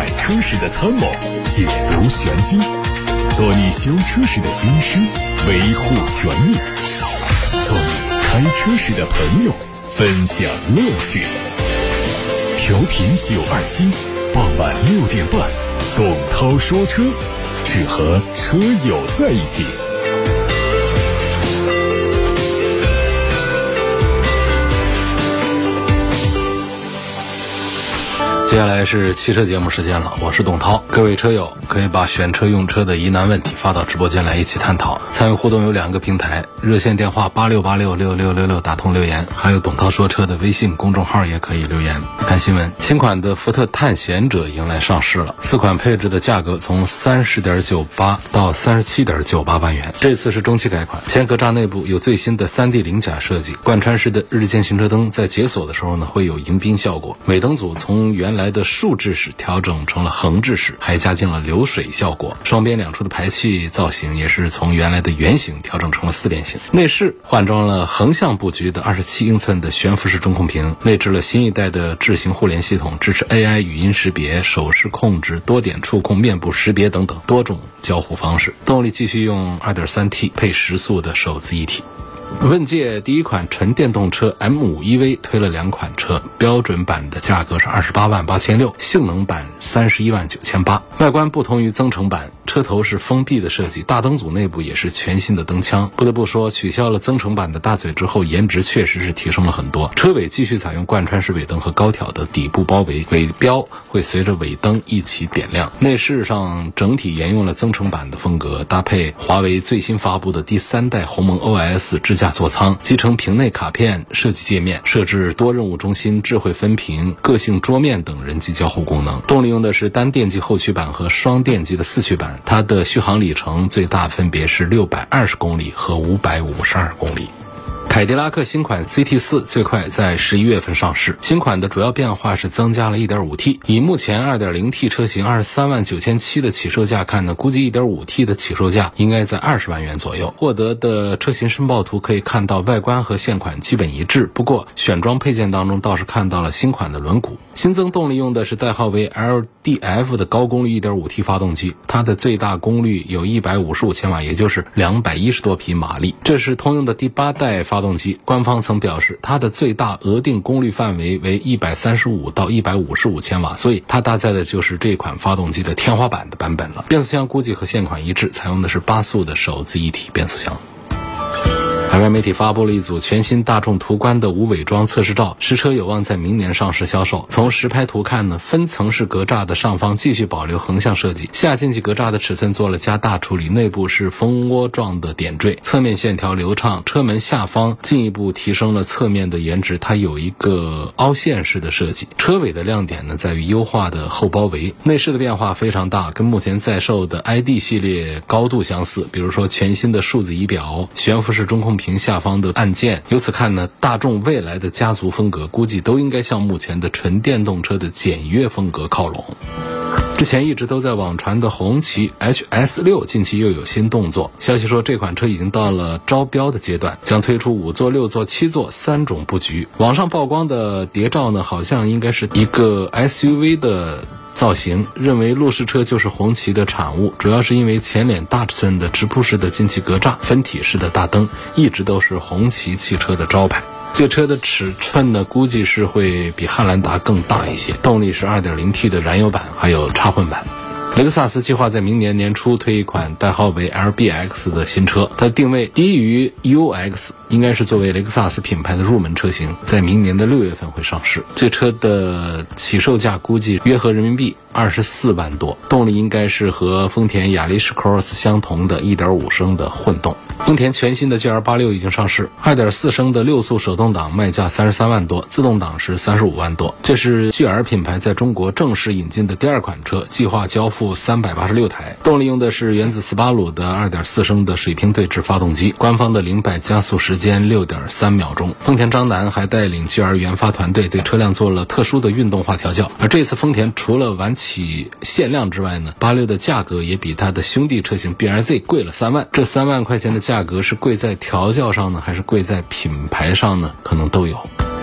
买车时的参谋，解读玄机，做你修车时的军师，维护权益，做你开车时的朋友，分享乐趣。调频927，傍晚6点半，董涛说车，只和车友在一起。 接下来是汽车节目时间了，我是董涛。各位车友可以把选车用车的疑难问题发到直播间来一起探讨。参与互动有2个平台，热线电话86866666打通留言，还有董涛说车的微信公众号也可以留言。看新闻，新款的福特探险者迎来上市了，4款配置的价格从 30.98 到 37.98 万元。这次是中期改款，前格栅内部有最新的 3D 鳞甲设计，贯穿式的日间行车灯在解锁的时候呢会有迎宾效果，尾灯组从原来的竖置式调整成了横置式，还加进了流水效果。双边2处的排气造型也是从原来的圆形调整成了4边形。内饰换装了横向布局的27英寸的悬浮式中控屏，内置了新一代的智行互联系统，支持 AI 语音识别、手势控制、多点触控、面部识别等等多种交互方式。动力继续用 2.3T 配10速的手自一体。问界第一款纯电动车 M5 EV 推了2款车，标准版的价格是28.86万，性能版31.98万。外观不同于增程版，车头是封闭的设计，大灯组内部也是全新的灯腔。不得不说，取消了增程版的大嘴之后，颜值确实是提升了很多。车尾继续采用贯穿式尾灯和高挑的底部包围，尾标会随着尾灯一起点亮。内饰上整体沿用了增程版的风格，搭配华为最新发布的第3代鸿蒙 OS 支架座舱，集成屏内卡片设计界面，设置多任务中心、智慧分屏、个性桌面等人机交互功能。动力用的是单电机后驱版和双电机的4驱版，它的续航里程最大分别是620公里和552公里。凯迪拉克新款 CT4 最快在11月份上市。新款的主要变化是增加了 1.5T， 以目前 2.0T 车型23.97万的起售价看呢，估计 1.5T 的起售价应该在20万元左右。获得的车型申报图可以看到，外观和现款基本一致，不过选装配件当中倒是看到了新款的轮毂。新增动力用的是代号为 LDF 的高功率 1.5T 发动机，它的最大功率有155千瓦，也就是210多匹马力。这是通用的第8代发动机，官方曾表示它的最大额定功率范围为135到155千瓦，所以它搭载的就是这款发动机的天花板的版本了。变速箱估计和现款一致，采用的是8速的手自一体变速箱。海外媒体发布了一组全新大众途观的无伪装测试照，实车有望在明年上市销售。从实拍图看呢，分层式格栅的上方继续保留横向设计，下进气格栅的尺寸做了加大处理，内部是蜂窝状的点缀，侧面线条流畅。车门下方进一步提升了侧面的颜值，它有一个凹陷式的设计。车尾的亮点呢，在于优化的后包围。内饰的变化非常大，跟目前在售的 ID 系列高度相似，比如说全新的数字仪表、悬浮式中控屏下方的按键。由此看呢，大众未来的家族风格估计都应该向目前的纯电动车的简约风格靠拢。之前一直都在网传的红旗 HS6 近期又有新动作，消息说这款车已经到了招标的阶段，将推出5座、6座、7座3种布局。网上曝光的谍照呢，好像应该是一个 SUV 的造型，认为路试车就是红旗的产物，主要是因为前脸大尺寸的直瀑式的进气格栅、分体式的大灯一直都是红旗汽车的招牌。这车的尺寸呢，估计是会比汉兰达更大一些，动力是 2.0T 的燃油版，还有插混版。雷克萨斯计划在明年年初推一款代号为 LBX 的新车，它定位低于 UX， 应该是作为雷克萨斯品牌的入门车型，在明年的6月份会上市。这车的起售价估计约合人民币24万多，动力应该是和丰田雅力士 Cross 相同的 1.5 升的混动。丰田全新的 GL86 已经上市， 2.4 升的6速手动挡卖价33万多，自动挡是35万多。这是 GL 品牌在中国正式引进的第2款车，计划交付386台。动力用的是原子斯巴鲁的 2.4 升的水平对置发动机，官方的0百加速时间 6.3秒钟。丰田张楠还带领 GL 研发团队对车辆做了特殊的运动化调教。而这次丰田除了晚起限量之外呢，86的价格也比它的兄弟车型 BRZ 贵了3万。这3万块钱的价格是贵在调教上呢，还是贵在品牌上呢？可能都有。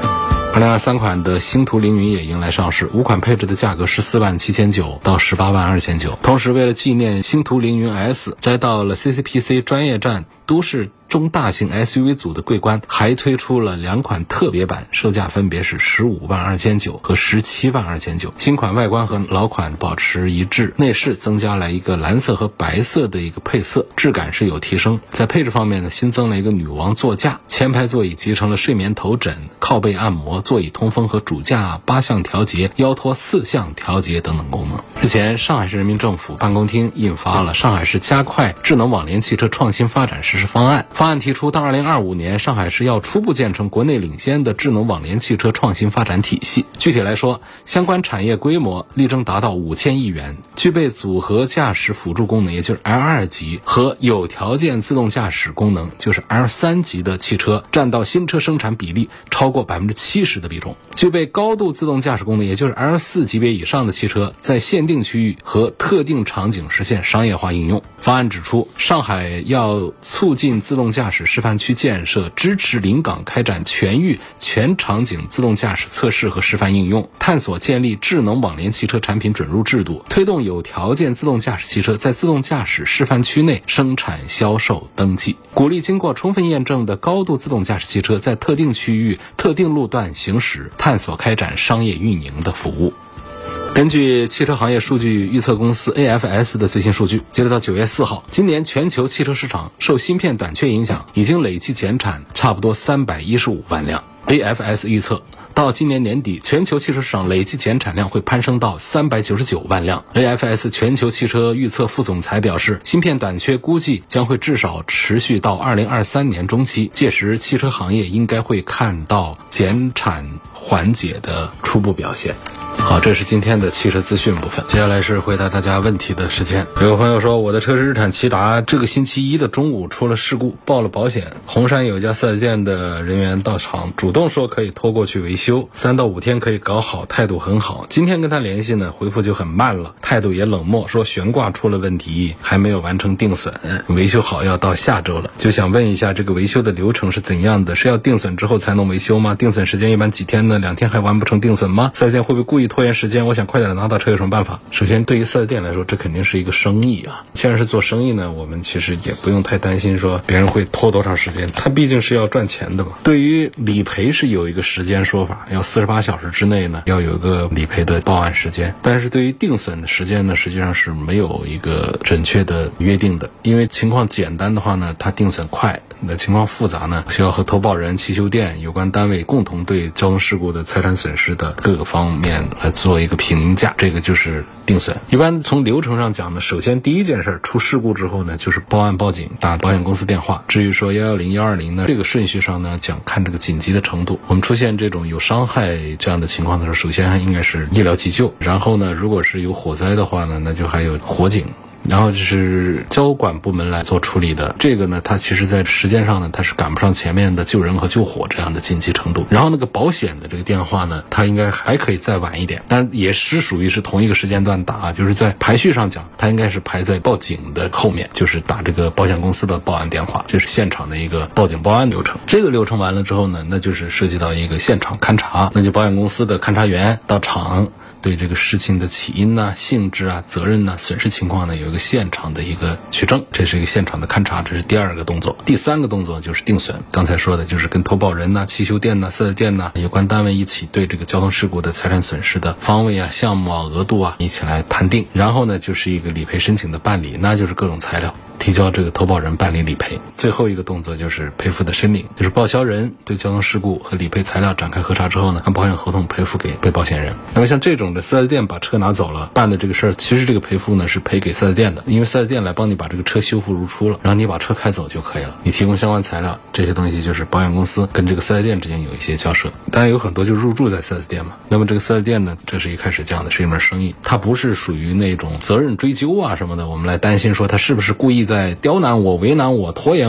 2023款的星途凌云也迎来上市，5款配置的价格14.79万到18.29万。同时，为了纪念星途凌云 S， 摘到了 CCPC 专业站都市中大型 SUV 组的桂冠，还推出了2款特别版，售价分别是15.29万和17.29万。新款外观和老款保持一致，内饰增加了一个蓝色和白色的一个配色，质感是有提升。在配置方面呢，新增了一个女王座驾，前排座椅集成了睡眠头枕、靠背按摩、座椅通风和主驾8项调节、腰托4项调节等等功能。之前上海市人民政府办公厅印发了上海市加快智能网联汽车创新发展实施方案，方案提出到2025年上海市要初步建成国内领先的智能网联汽车创新发展体系。具体来说，相关产业规模力争达到5000亿元，具备组合驾驶辅助功能，也就是 L2 级和有条件自动驾驶功能，就是 L3 级的汽车占到新车生产比例超过70%的比重。具备高度自动驾驶功能，也就是 L4 级别以上的汽车在限定区域和特定场景实现商业化应用。方案指出，上海要促进自动驾驶示范区建设，支持临港开展全域全场景自动驾驶测试和示范应用，探索建立智能网联汽车产品准入制度，推动有条件自动驾驶汽车在自动驾驶示范区内生产销售登记，鼓励经过充分验证的高度自动驾驶汽车在特定区域特定路段行驶，探索开展商业运营的服务。根据汽车行业数据预测公司 AFS 的最新数据，截止到9月4号，今年全球汽车市场受芯片短缺影响，已经累计减产差不多315万辆。AFS 预测到今年年底，全球汽车市场累计减产量会攀升到399万辆。AFS 全球汽车预测副总裁表示，芯片短缺估计将会至少持续到2023年中期，届时汽车行业应该会看到减产缓解的初步表现。好，这是今天的汽车资讯部分。接下来是回答大家问题的时间。有个朋友说，我的车是日产骐达，这个星期一的中午出了事故，报了保险。红山有一家 4S 店的人员到场，主动说可以拖过去维修，3到5天可以搞好，态度很好。今天跟他联系呢，回复就很慢了，态度也冷漠，说悬挂出了问题，还没有完成定损，维修好要到下周了。就想问一下，这个维修的流程是怎样的？是要定损之后才能维修吗？定损时间一般几天呢？2天还完不成定损吗？4S 店会不会故意拖延时间？我想快点拿到车，有什么办法？首先，对于4S店来说，这肯定是一个生意啊。既然是做生意呢，我们其实也不用太担心说别人会拖多长时间，他毕竟是要赚钱的嘛。对于理赔是有一个时间说法，要48小时之内呢，要有一个理赔的报案时间。但是对于定损的时间呢，实际上是没有一个准确的约定的。因为情况简单的话呢，它定损快；那情况复杂呢，需要和投保人、汽修店有关单位共同对交通事故的财产损失的各个方面来做一个评价，这个就是定损。一般从流程上讲呢，首先第一件事，出事故之后呢，就是报案报警，打保险公司电话。至于说110、120呢，这个顺序上呢讲看这个紧急的程度。我们出现这种有伤害这样的情况的时候，首先应该是医疗急救，然后呢，如果是有火灾的话呢，那就还有火警。然后就是交管部门来做处理的，这个呢，它其实在时间上呢，它是赶不上前面的救人和救火这样的紧急程度。然后那个保险的这个电话呢，它应该还可以再晚一点，但也是属于是同一个时间段打，就是在排序上讲，它应该是排在报警的后面，就是打这个保险公司的报案电话，这是现场的一个报警报案流程。这个流程完了之后呢，那就是涉及到一个现场勘查，那就保险公司的勘查员到场，对这个事情的起因啊、性质啊、责任啊、损失情况呢，有一个现场的一个取证，这是一个现场的勘查，这是第2个动作。第3个动作就是定损，刚才说的就是跟投保人呐、汽修店呐、4S店呐、有关单位一起对这个交通事故的财产损失的方位啊、项目啊、额度啊一起来判定。然后呢，就是一个理赔申请的办理，那就是各种材料提交这个投保人办理理赔。最后一个动作就是赔付的申领，就是报销人对交通事故和理赔材料展开核查之后呢，按保险合同赔付给被保险人。那么像这种的 4S 店把车拿走了办的这个事儿，其实这个赔付呢是赔给 4S 店的，因为 4S 店来帮你把这个车修复如初了，然后你把车开走就可以了，你提供相关材料，这些东西就是保险公司跟这个 4S 店之间有一些交涉。当然有很多就入驻在 4S 店嘛，那么这个 4S 店呢，这是一开始讲的是一门生意，它不是属于那种责任追究啊什么的，我们来担心说他是不是故意在刁难我、为难我、拖延我，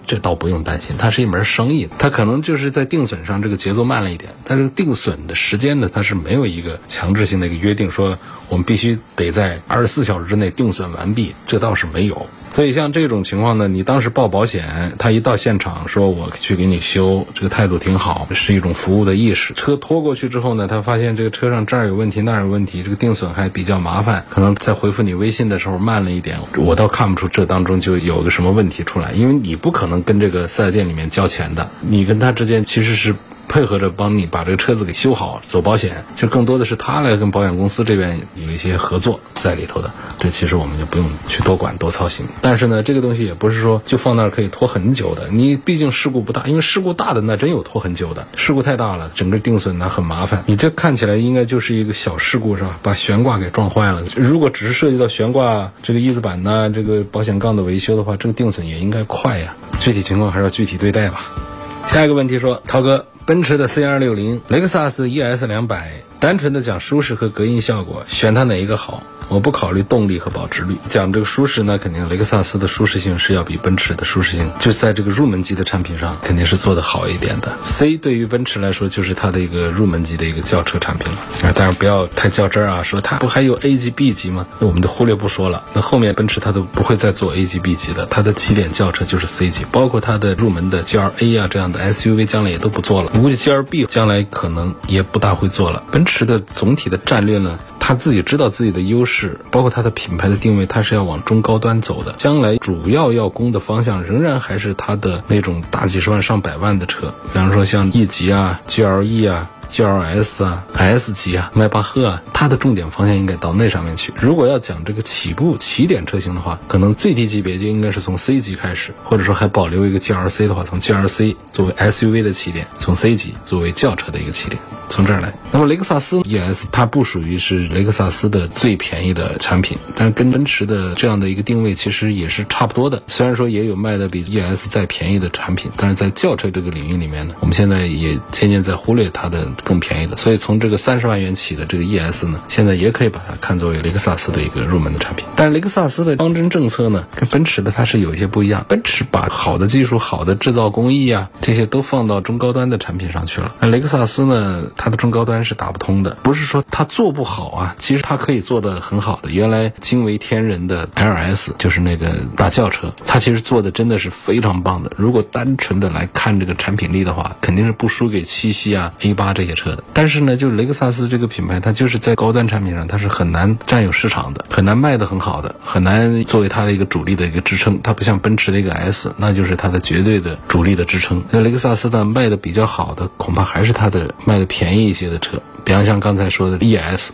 这倒不用担心，它是一门生意，它可能就是在定损上这个节奏慢了一点，但是定损的时间呢，它是没有一个强制性的一个约定，说我们必须得在24小时之内定损完毕，这倒是没有。所以像这种情况呢，你当时报保险，他一到现场说我去给你修，这个态度挺好，是一种服务的意识。车拖过去之后呢，他发现这个车上这儿有问题那儿有问题，这个定损还比较麻烦，可能在回复你微信的时候慢了一点，我倒看不出这当中就有个什么问题出来，因为你不可能跟这个4S店里面交钱的，你跟他之间其实是配合着帮你把这个车子给修好，走保险，就更多的是他来跟保险公司这边有一些合作在里头的，这其实我们就不用去多管多操心。但是呢，这个东西也不是说就放那儿可以拖很久的，你毕竟事故不大，因为事故大的那真有拖很久的，事故太大了，整个定损呢很麻烦。你这看起来应该就是一个小事故是吧？把悬挂给撞坏了，如果只是涉及到悬挂这个翼子板呢，这个保险杠的维修的话，这个定损也应该快呀。具体情况还是要具体对待吧。下一个问题说，涛哥，奔驰的 C260、雷克萨斯 ES200， 单纯的讲舒适和隔音效果，选它哪一个好？我不考虑动力和保值率。讲这个舒适呢，肯定雷克萨斯的舒适性是要比奔驰的舒适性，就在这个入门级的产品上肯定是做得好一点的。C 对于奔驰来说就是它的一个入门级的一个轿车产品了当然不要太较真啊，说它不还有 A 级 B 级吗？那我们就忽略不说了，那后面奔驰它都不会再做 A 级 B 级的，它的起点轿车就是 C 级，包括它的入门的 GLA 啊这样的 SUV 将来也都不做了，我估计 GLB 将来可能也不大会做了。奔驰的总体的战略呢，他自己知道自己的优势，包括他的品牌的定位，他是要往中高端走的，将来主要攻的方向仍然还是他的那种大几十万上百万的车，比方说像 E 级啊 GLE 啊GLS 啊 S 级啊迈巴赫啊，它的重点方向应该到那上面去。如果要讲这个起点车型的话，可能最低级别就应该是从 C 级开始，或者说还保留一个 GLC 的话，从 GLC 作为 SUV 的起点，从 C 级作为轿车的一个起点，从这儿来。那么雷克萨斯 ES 它不属于是雷克萨斯的最便宜的产品，但是跟奔驰的这样的一个定位其实也是差不多的，虽然说也有卖的比 ES 再便宜的产品，但是在轿车这个领域里面呢，我们现在也渐渐在忽略它的更便宜的，所以从这个30万元起的这个 ES 呢，现在也可以把它看作为雷克萨斯的一个入门的产品。但是雷克萨斯的方针政策呢，跟奔驰的它是有一些不一样，奔驰把好的技术、好的制造工艺啊，这些都放到中高端的产品上去了，那雷克萨斯呢，它的中高端是打不通的，不是说它做不好啊，其实它可以做得很好的。原来惊为天人的 LS 就是那个大轿车，它其实做的真的是非常棒的，如果单纯的来看这个产品力的话，肯定是不输给7系啊 A8 这些车的。但是呢，就是雷克萨斯这个品牌，它就是在高端产品上它是很难占有市场的，很难卖得很好的，很难作为它的一个主力的一个支撑。它不像奔驰的一个 S， 那就是它的绝对的主力的支撑。那雷克萨斯呢，卖的比较好的恐怕还是它的卖的便宜一些的车，比方像刚才说的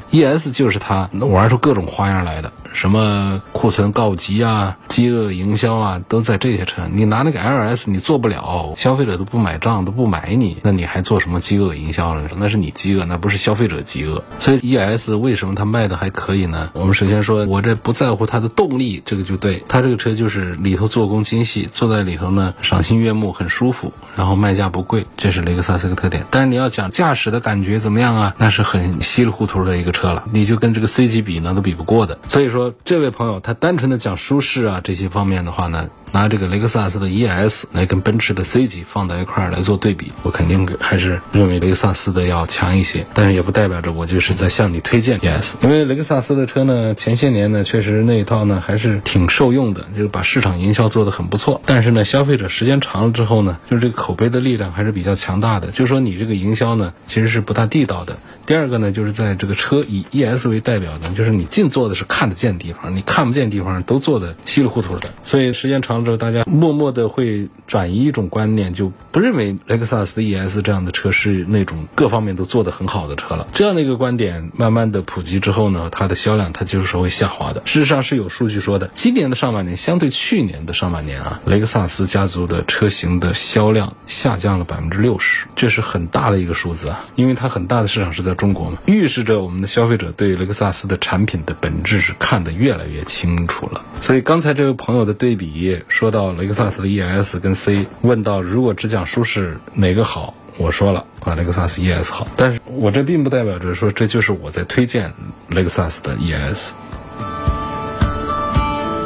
ES 就是它玩出各种花样来的，什么库存告急啊、饥饿营销啊，都在这些车。你拿那个 LS 你做不了，消费者都不买账，都不买你，那你还做什么饥饿营销呢？那是你饥饿，那不是消费者饥饿。所以 ES 为什么它卖的还可以呢？我们首先说，我这不在乎它的动力，这个就对，它这个车就是里头做工精细，坐在里头呢赏心悦目，很舒服，然后卖价不贵，这是雷克萨斯的特点。但是你要讲驾驶的感觉怎么样啊，那是很稀里糊涂的一个车了，你就跟这个 C 级比呢都比不过的。所以说这位朋友他单纯的讲舒适啊这些方面的话呢，拿这个雷克萨斯的 ES 来跟奔驰的 C 级放在一块儿来做对比，我肯定还是认为雷克萨斯的要强一些，但是也不代表着我就是在向你推荐 ES， 因为雷克萨斯的车呢，前些年呢确实那一套呢还是挺受用的，就是把市场营销做得很不错，但是呢消费者时间长了之后呢，就是这个口碑的力量还是比较强大的，就是说你这个营销呢其实是不大地道的。第二个呢，就是在这个车以 ES 为代表的，就是你尽做的是看得见的地方，你看不见的地方都做的稀里糊涂的，所以时间长了之后，大家默默的会转移一种观念，就不认为雷克萨斯的 ES 这样的车是那种各方面都做得很好的车了。这样的一个观点慢慢的普及之后呢，它的销量它就是会下滑的。事实上是有数据说的，今年的上半年相对去年的上半年啊，雷克萨斯家族的车型的销量下降了 60%， 这是很大的一个数字啊，因为它很大的市场是在中国嘛，预示着我们的消费者对雷克萨斯的产品的本质是看得越来越清楚了。所以刚才这位朋友的对比说到雷克萨斯的 ES 跟 C， 问到如果只讲舒适哪个好，我说了雷克萨斯 ES 好，但是我这并不代表着说这就是我在推荐雷克萨斯的 ES。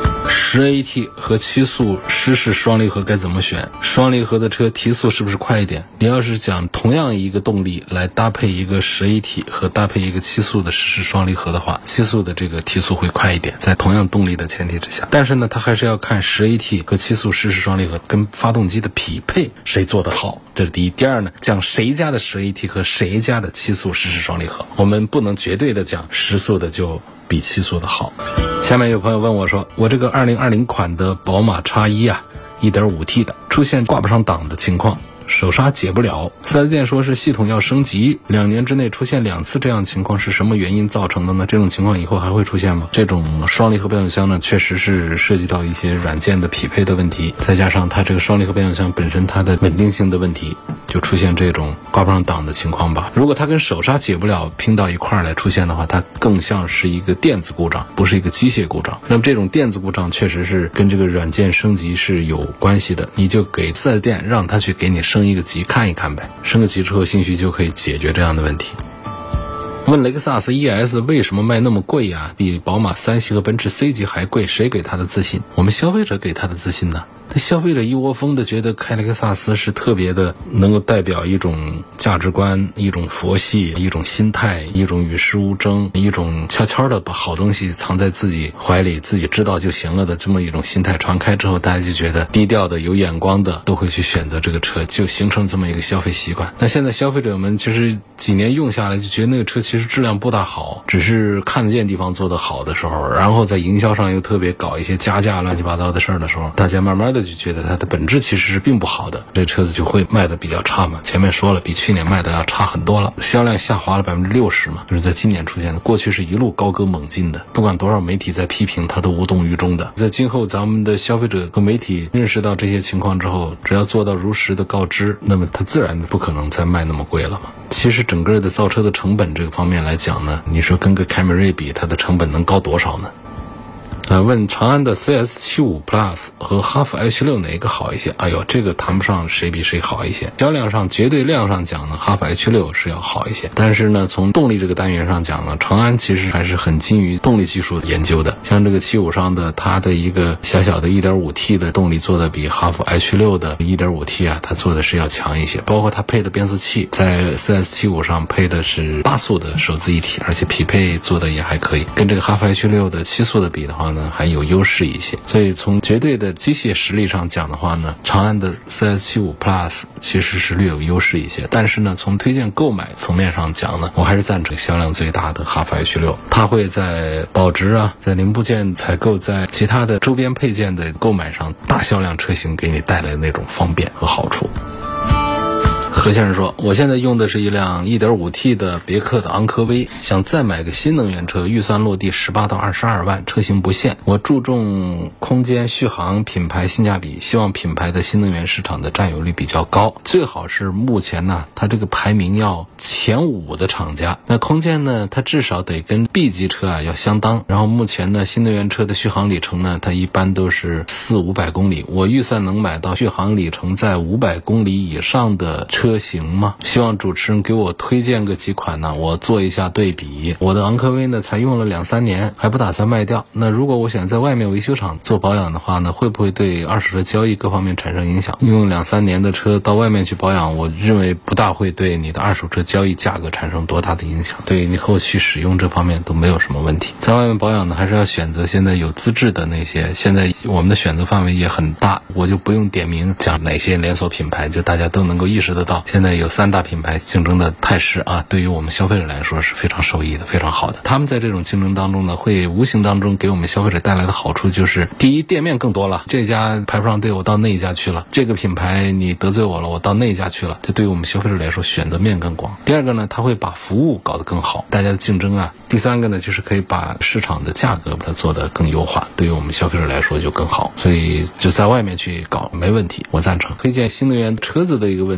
10AT 和7速湿式双离合该怎么选？双离合的车提速是不是快一点？你要是讲同样一个动力来搭配一个10AT 和搭配一个7速的湿式双离合的话，7速的这个提速会快一点，在同样动力的前提之下。但是呢，它还是要看10AT 和7速湿式双离合跟发动机的匹配谁做得好，这是第一。第二呢，讲谁家的10AT 和谁家的7速湿式双离合，我们不能绝对的讲10速的就比7速的好。下面有朋友问我说，我这个2020款的宝马 X1 啊 1.5T 的出现挂不上档的情况，手刹解不了，4S店说是系统要升级，2年之内出现2次这样情况，是什么原因造成的呢？这种情况以后还会出现吗？这种双离合变速箱呢，确实是涉及到一些软件的匹配的问题，再加上它这个双离合变速箱本身它的稳定性的问题，就出现这种挂不上档的情况吧。如果它跟手刹解不了拼到一块儿来出现的话，它更像是一个电子故障，不是一个机械故障。那么这种电子故障确实是跟这个软件升级是有关系的，你就给 4S 店让他去给你升一个级看一看呗，升个级之后兴许就可以解决这样的问题。问雷克萨斯 ES 为什么卖那么贵啊？比宝马3系和奔驰 C 级还贵，谁给他的自信？我们消费者给他的自信呢？那消费者一窝蜂的觉得开雷克萨斯是特别的能够代表一种价值观，一种佛系，一种心态，一种与世无争，一种悄悄的把好东西藏在自己怀里，自己知道就行了的这么一种心态传开之后，大家就觉得低调的有眼光的都会去选择这个车，就形成这么一个消费习惯。那现在消费者们其实几年用下来就觉得那个车其实质量不大好，只是看得见地方做得好的时候，然后在营销上又特别搞一些加价乱七八糟的事儿的时候，大家慢慢的就觉得它的本质其实是并不好的，这车子就会卖的比较差嘛。前面说了，比去年卖的要差很多了，销量下滑了60%嘛，就是在今年出现的。过去是一路高歌猛进的，不管多少媒体在批评，它都无动于衷的。在今后咱们的消费者和媒体认识到这些情况之后，只要做到如实的告知，那么它自然不可能再卖那么贵了嘛。其实整个的造车的成本这个方面来讲呢，你说跟个凯美瑞比，它的成本能高多少呢？问长安的 CS75 Plus 和哈弗 H6 哪个好一些？哎呦，这个谈不上谁比谁好一些。销量上、绝对量上讲呢，哈弗 H6 是要好一些。但是呢，从动力这个单元上讲呢，长安其实还是很精于动力技术研究的。像这个75上的它的一个小小的 1.5T 的动力做的比哈弗 H6 的 1.5T 啊，它做的是要强一些。包括它配的变速器，在 CS75 上配的是8速的手自一体，而且匹配做的也还可以。跟这个哈弗 H6 的7速的比的话呢，还有优势一些。所以从绝对的机械实力上讲的话呢，长安的 CS75 Plus 其实是略有优势一些。但是呢，从推荐购买层面上讲呢，我还是赞成销量最大的哈弗 H6， 它会在保值啊，在零部件采购，在其他的周边配件的购买上，大销量车型给你带来的那种方便和好处。何先生说，我现在用的是一辆 1.5T 的别克的昂科威，想再买个新能源车，预算落地18到22万，车型不限。我注重空间、续航、品牌性价比，希望品牌的新能源市场的占有率比较高，最好是目前呢它这个排名要前5的厂家。那空间呢，它至少得跟 B 级车啊要相当。然后目前呢，新能源车的续航里程呢，它一般都是400-500公里，我预算能买到续航里程在500公里以上的车型吗？希望主持人给我推荐个几款呢，我做一下对比。我的昂科威呢才用了2-3年，还不打算卖掉。那如果我想在外面维修厂做保养的话呢，会不会对二手车交易各方面产生影响？用2-3年的车到外面去保养，我认为不大会对你的二手车交易价格产生多大的影响，对你后续使用这方面都没有什么问题。在外面保养呢，还是要选择现在有资质的那些，现在我们的选择范围也很大，我就不用点名讲哪些连锁品牌，就大家都能够意识得到，现在有3大品牌竞争的态势啊，对于我们消费者来说是非常受益的，非常好的。他们在这种竞争当中呢，会无形当中给我们消费者带来的好处就是，第一，店面更多了，这家排不上队，我到那一家去了；这个品牌你得罪我了，我到那一家去了。这对于我们消费者来说选择面更广。第二个呢，它会把服务搞得更好，大家的竞争啊。第三个呢，就是可以把市场的价格把它做得更优化，对于我们消费者来说就更好。所以就在外面去搞没问题，我赞成。推荐新能源车子的一个问题，我跟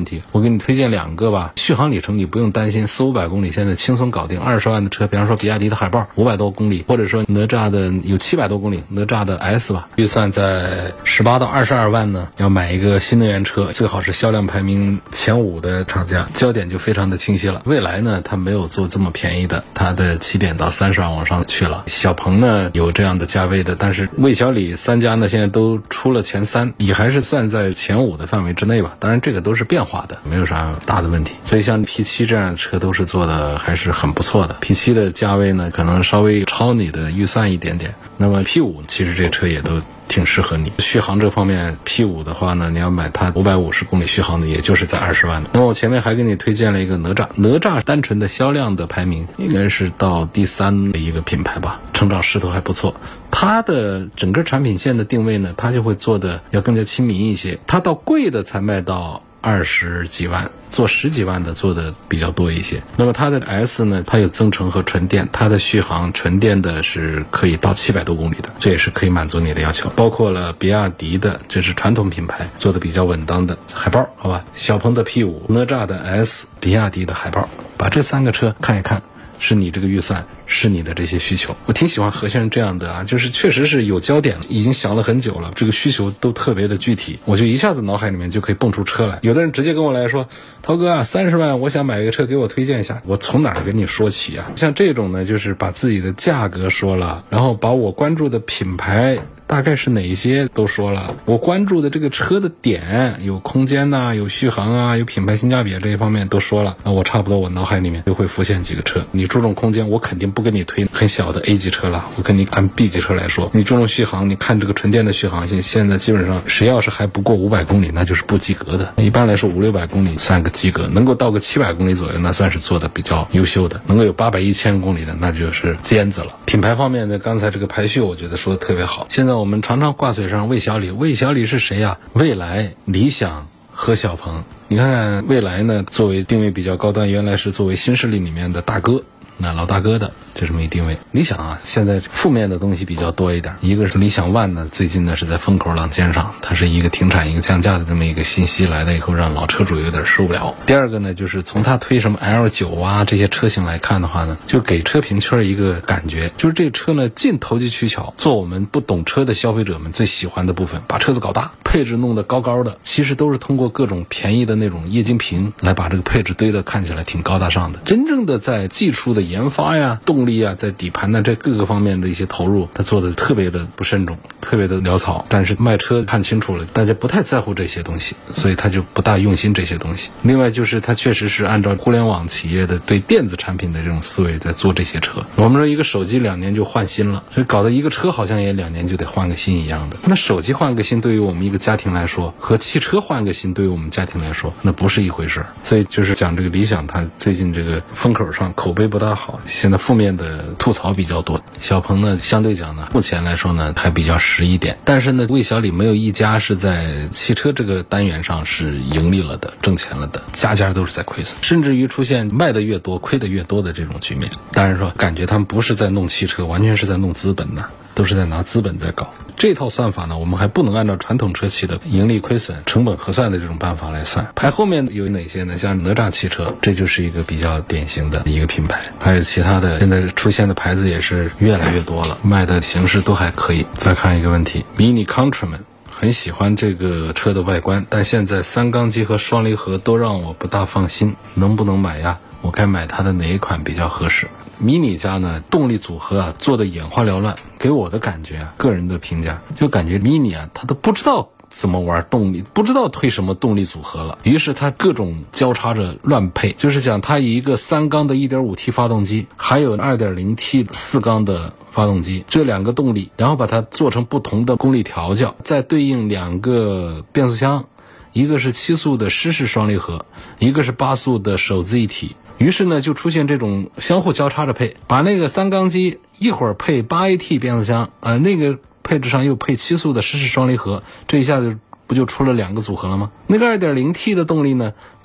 给你推荐2个吧，续航里程你不用担心，400-500公里现在轻松搞定。20万的车，比方说比亚迪的海豹500多公里，或者说哪吒的有700多公里，哪吒的 S 吧，预算在18到22万呢，要买一个新能源车，最好是销量排名前5的厂家，焦点就非常的清晰了。蔚来呢，它没有做这么便宜的，它的起点到30万往上去了。小鹏呢有这样的价位的，但是魏小李3家呢现在都出了前3，也还是算在前5的范围之内吧。当然这个都是变化的，没有啥大的问题。所以像 P7 这样的车都是做的还是很不错的。P7 的价位呢可能稍微超你的预算一点点，那么 P5 其实这车也都挺适合你。续航这方面 P5 的话呢，你要买它550公里续航的，也就是在20万的。那么我前面还给你推荐了一个哪吒，哪吒单纯的销量的排名应该是到第3的一个品牌吧，成长势头还不错。它的整个产品线的定位呢，它就会做的要更加亲民一些，它到贵的才卖到20几万，做10几万的做的比较多一些。那么它的 S 呢，它有增程和纯电，它的续航纯电的是可以到700多公里的，这也是可以满足你的要求。包括了比亚迪的，这是传统品牌做的比较稳当的海豹，好吧，小鹏的 P5， 哪吒的 S， 比亚迪的海豹，把这3个车看一看，是你这个预算，是你的这些需求。我挺喜欢何先生这样的啊，就是确实是有焦点，已经想了很久了，这个需求都特别的具体，我就一下子脑海里面就可以蹦出车来。有的人直接跟我来说，涛哥啊，30万我想买个车，给我推荐一下，我从哪儿跟你说起啊？像这种呢，就是把自己的价格说了，然后把我关注的品牌大概是哪一些都说了，我关注的这个车的点，有空间呐，有续航啊，有品牌性价比这一方面都说了，那我差不多我脑海里面就会浮现几个车。你注重空间，我肯定不跟你推很小的 A 级车了，我跟你按 B 级车来说。你注重续航，你看这个纯电的续航性，现在基本上谁要是还不过500公里，那就是不及格的。一般来说500-600公里算个及格，能够到个700公里左右，那算是做的比较优秀的。能够有800-1000公里的，那就是尖子了。品牌方面呢，刚才这个排序我觉得说的特别好。现在我们常常挂嘴上魏小李，魏小李是谁呀？蔚来、理想和小鹏。你看看蔚来呢，作为定位比较高端，原来是作为新势力里面的大哥，那老大哥的就这么一定位。理想啊，现在负面的东西比较多一点，一个是理想ONE呢，最近呢是在风口浪尖上，它是一个停产一个降价的这么一个信息来了以后，让老车主有点受不了。第二个呢，就是从它推什么 L9啊这些车型来看的话呢，就给车评圈一个感觉，就是这车呢尽投机取巧，做我们不懂车的消费者们最喜欢的部分，把车子搞大，配置弄得高高的，其实都是通过各种便宜的那种液晶屏来把这个配置堆得看起来挺高大上的。真正的在技术的研发呀、动力啊，在底盘的这各个方面的一些投入，它做的特别的不慎重，特别的潦草。但是卖车看清楚了，大家不太在乎这些东西，所以他就不大用心这些东西。另外就是它确实是按照互联网企业的对电子产品的这种思维在做这些车。我们说一个手机2年就换新了，所以搞得一个车好像也2年就得换个新一样的。那手机换个新对于我们一个家庭来说，和汽车换个新对于我们家庭来说，那不是一回事。所以就是讲这个理想，它最近这个风口上口碑不大好，现在负面的吐槽比较多。小鹏呢，相对讲呢，目前来说呢还比较实一点，但是呢，魏小李没有一家是在汽车这个单元上是盈利了的、挣钱了的，家家都是在亏损，甚至于出现卖的越多亏的越多的这种局面。当然说感觉他们不是在弄汽车，完全是在弄资本呢，都是在拿资本在搞。这套算法呢，我们还不能按照传统车企的盈利亏损、成本核算的这种办法来算。排后面有哪些呢？像哪吒汽车，这就是一个比较典型的一个品牌。还有其他的，现在出现的牌子也是越来越多了，卖的形式都还可以。再看一个问题 ，Mini Countryman。很喜欢这个车的外观，但现在3缸机和双离合都让我不大放心，能不能买呀？我该买它的哪一款比较合适？Mini 家呢，动力组合啊做的眼花缭乱，给我的感觉啊，个人的评价就感觉 Mini 啊，它都不知道怎么玩动力，不知道推什么动力组合了，于是它各种交叉着乱配，就是讲它以一个3缸的 1.5T 发动机，还有 2.0T 4缸的发动机，这2个动力，然后把它做成不同的功率调教，再对应2个变速箱，一个是7速的湿式双离合，一个是8速的手自一体。于是呢，就出现这种相互交叉着配，把那个3缸机一会儿配 8AT 变速箱，那个配置上又配7速的湿式双离合，这一下子不就出了2个组合了吗？那个 2.0T 的动力呢，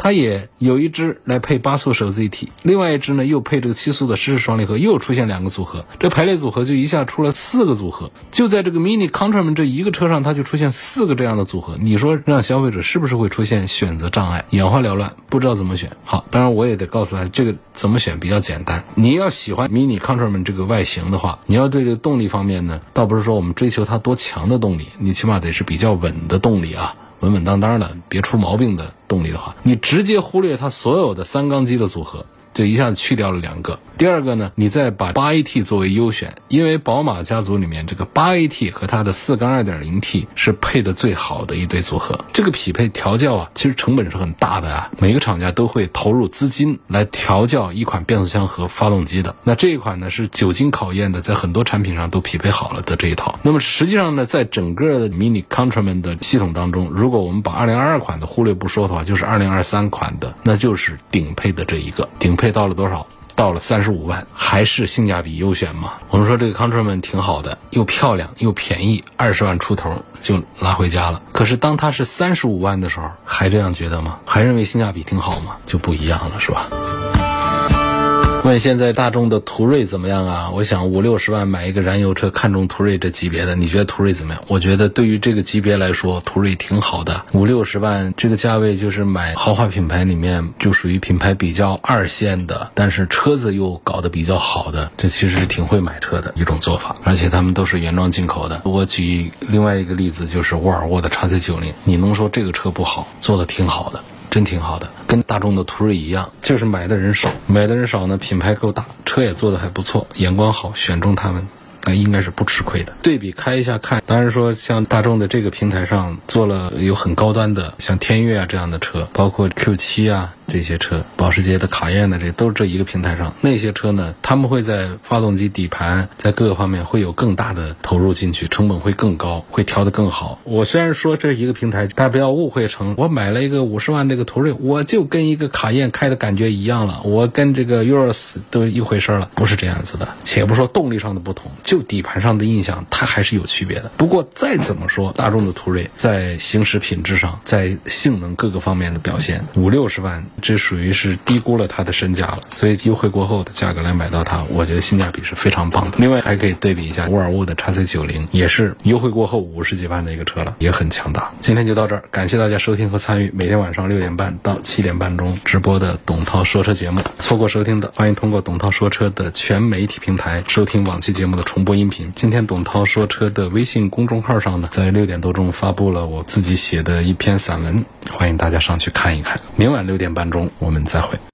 它也有一支来配8速手自一体，另外一支呢又配这个7速的湿式双离合，又出现2个组合，这排列组合就一下出了4个组合，就在这个 Mini Countryman 这一个车上它就出现4个这样的组合，你说让消费者是不是会出现选择障碍，眼花缭乱，不知道怎么选？好，当然我也得告诉他这个怎么选比较简单，你要喜欢 Mini Countryman 这个外形的话，你要对这个动力方面呢，倒不是说我们追求它多强的动力，你起码得是比较稳的动力啊，稳稳当当的，别出毛病的动力的话，你直接忽略它所有的3缸机的组合，就一下子去掉了2个。第二个呢，你再把 8AT 作为优选，因为宝马家族里面这个 8AT 和它的4缸 2.0T 是配的最好的一对组合。这个匹配调教啊，其实成本是很大的啊，每个厂家都会投入资金来调教一款变速箱和发动机的。那这一款呢是久经考验的，在很多产品上都匹配好了的这一套。那么实际上呢，在整个的 Mini Countryman 的系统当中，如果我们把2022款的忽略不说的话，就是2023款的，那就是顶配的这一个。顶配到了多少？到了35万，还是性价比优选嘛？我们说这个 Countryman 挺好的，又漂亮又便宜，20万出头就拿回家了。可是当它是35万的时候，还这样觉得吗？还认为性价比挺好吗？就不一样了，是吧？问现在大众的途锐怎么样啊？我想50-60万买一个燃油车，看中途锐这级别的，你觉得途锐怎么样？我觉得对于这个级别来说，途锐挺好的。50-60万这个价位就是买豪华品牌里面就属于品牌比较2线的，但是车子又搞得比较好的，这其实是挺会买车的一种做法，而且他们都是原装进口的。我举另外一个例子，就是沃尔沃的 XC90， 你能说这个车不好？做得挺好的，真挺好的，跟大众的途锐一样，就是买的人少呢，品牌够大，车也做得还不错，眼光好，选中他们那应该是不吃亏的。对比开一下看，当然说像大众的这个平台上做了有很高端的像天越啊这样的车，包括 Q7 啊这些车，保时捷的卡宴的，这都是这一个平台上。那些车呢，他们会在发动机底盘在各个方面会有更大的投入进去，成本会更高，会调得更好。我虽然说这一个平台，大家不要误会成我买了一个50万这个途锐，我就跟一个卡宴开的感觉一样了，我跟这个 Urus 都一回事了，不是这样子的。且不说动力上的不同，就底盘上的印象它还是有区别的。不过再怎么说，大众的途锐在行驶品质上，在性能各个方面的表现，50-60万这属于是低估了它的身价了，所以优惠过后的价格来买到它，我觉得性价比是非常棒的。另外还可以对比一下沃尔沃的 XC90， 也是优惠过后50几万的一个车了，也很强大。今天就到这儿，感谢大家收听和参与每天晚上6点半到7点半钟直播的董涛说车节目。错过收听的，欢迎通过董涛说车的全媒体平台收听往期节目的重播音频。今天董涛说车的微信公众号上呢，在6点多钟发布了我自己写的一篇散文，欢迎大家上去看一看。明晚6点半钟我们再会。